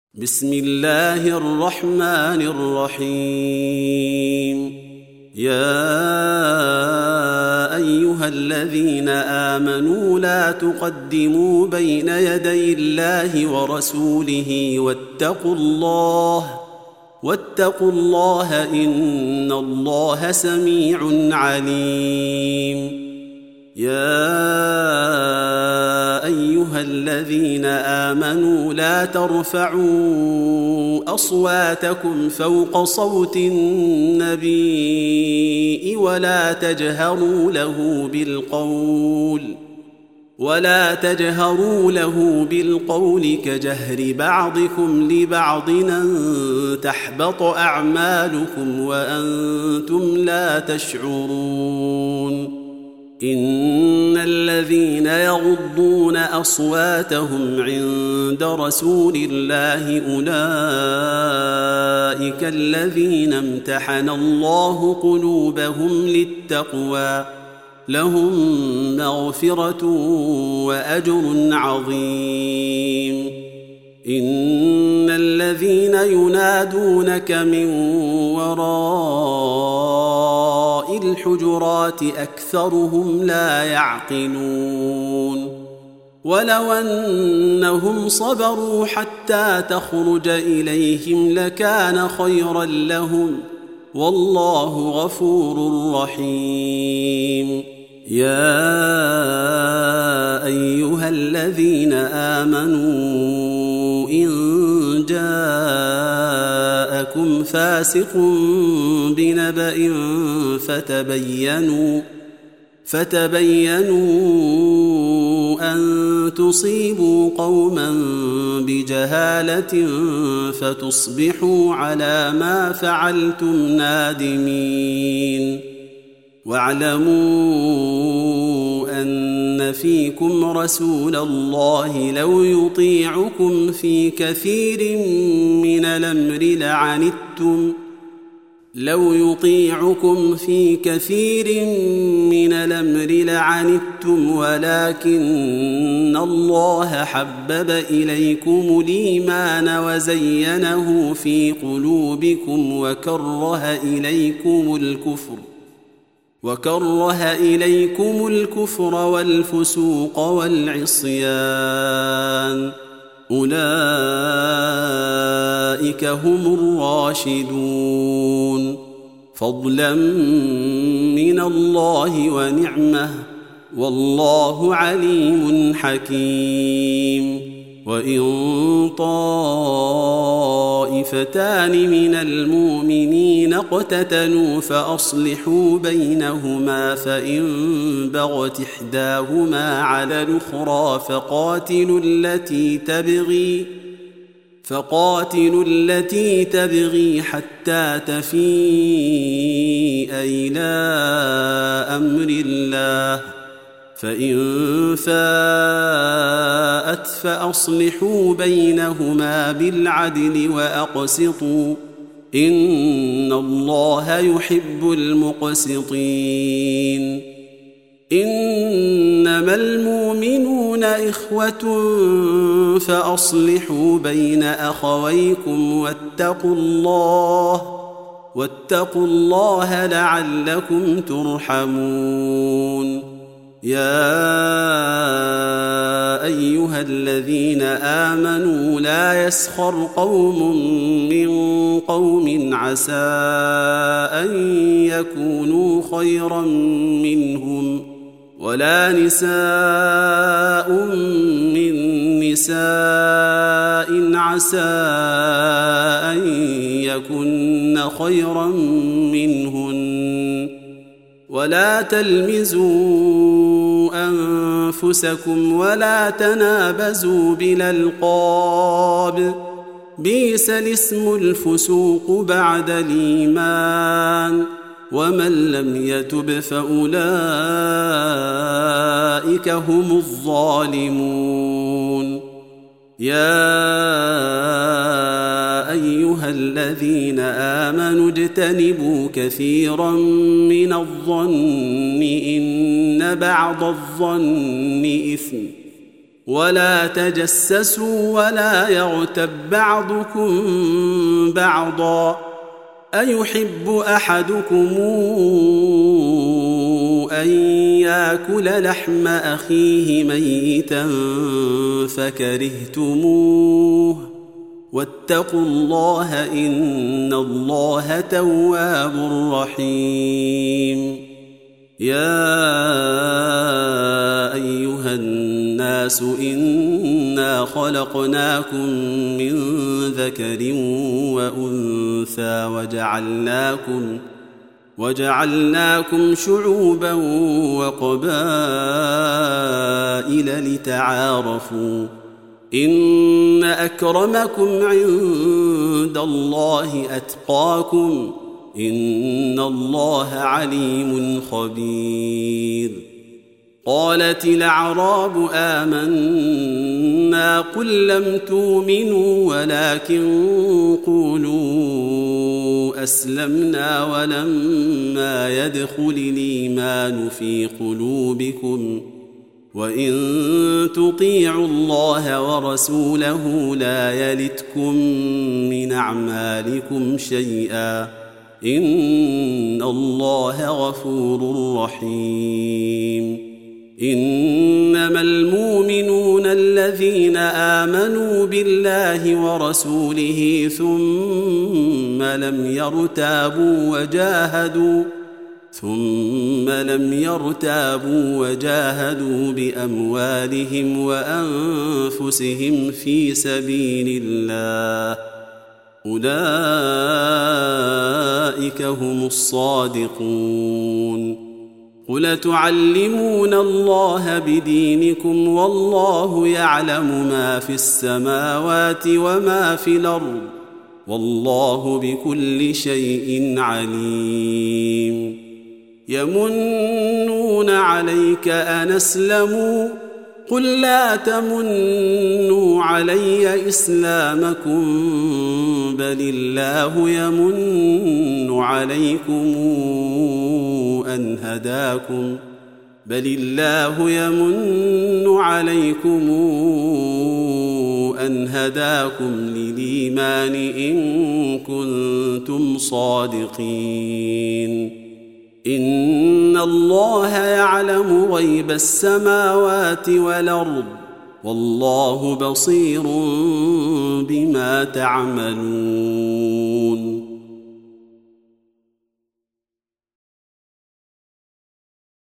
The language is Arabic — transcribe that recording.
بسم الله الرحمن الرحيم. يا أيها الذين آمنوا لا تقدموا بين يدي الله ورسوله واتقوا الله إن الله سميع عليم. يا أيها الذين آمنوا لا ترفعوا أصواتكم فوق صوت النبي ولا تجهروا له بالقول كجهر بعضكم لبعض أن تحبط أعمالكم وأنتم لا تشعرون. إن الذين يغضون أصواتهم عند رسول الله أولئك الذين امتحن الله قلوبهم للتقوى لهم مغفرة وأجر عظيم. إن الذين ينادونك من وراء الحجرات أكثرهم لا يعقلون. ولو أنهم صبروا حتى تخرج إليهم لكان خيرا لهم والله غفور رحيم. يا أيها الذين آمنوا إن جاءكم فاسق بنبأ فتبينوا أن تصيبوا قوما بجهالة فتصبحوا على ما فعلتم نادمين. واعلموا أن فيكم رسول الله لو يطيعكم في كثير من الأمر لعنتم ولكن الله حبب إليكم الإيمان وزينه في قلوبكم وكره إليكم الكفر والفسوق والعصيان أولئك هم الراشدون فضلا من الله ونعمه والله عليم حكيم. وإن طائفتان من المؤمنين اقتتلوا فأصلحوا بينهما فإن بغت إحداهما على الأخرى فقاتلوا التي تبغي حتى تفيء إلى أمر الله فإن فاءت فأصلحوا بينهما بالعدل وأقسطوا إن الله يحب المقسطين. إنما المؤمنون إخوة فأصلحوا بين أخويكم واتقوا الله لعلكم ترحمون. يا أيها الذين آمنوا لا يسخر قوم من قوم عسى أن يكونوا خيرا منهم ولا نساء من نساء عسى أن يكن خيرا منهن ولا تلمزوا أنفسكم ولا تنابزوا بالألقاب بئس الاسم الفسوق بعد الإيمان ومن لم يتب فأولئك هم الظالمون. يا أيها الذين آمنوا اجتنبوا كثيرا من الظن إن بعض الظن إثم ولا تجسسوا ولا يغتب بعضكم بعضا أيحب أحدكم أن يأكل لحم أخيه ميتا فكرهتموه واتقوا الله إن الله تواب رحيم يا أيها الناس إنا خلقناكم من ذكر وأنثى وجعلناكم شعوبا وقبائل لتعارفوا إن أكرمكم عند الله أتقاكم إن الله عليم خبير قالت الأعراب آمنا قل لم تؤمنوا ولكن قولوا أسلمنا ولما يدخل الإيمان في قلوبكم وإن تطيعوا الله ورسوله لا يلتكم من أعمالكم شيئا إن الله غفور رحيم إنما المؤمنون الذين آمنوا بالله ورسوله ثم لم يرتابوا وجاهدوا بأموالهم وأنفسهم في سبيل الله أولئك هم الصادقون قل تعلمون الله بدينكم والله يعلم ما في السماوات وما في الأرض والله بكل شيء عليم يمنون عليك أن أسلموا قل لا تمنوا علي إسلامكم بل الله يمن عليكم أن هداكم للإيمان إن كنتم صادقين إن الله يعلم غيب السماوات والأرض والله بصير بما تعملون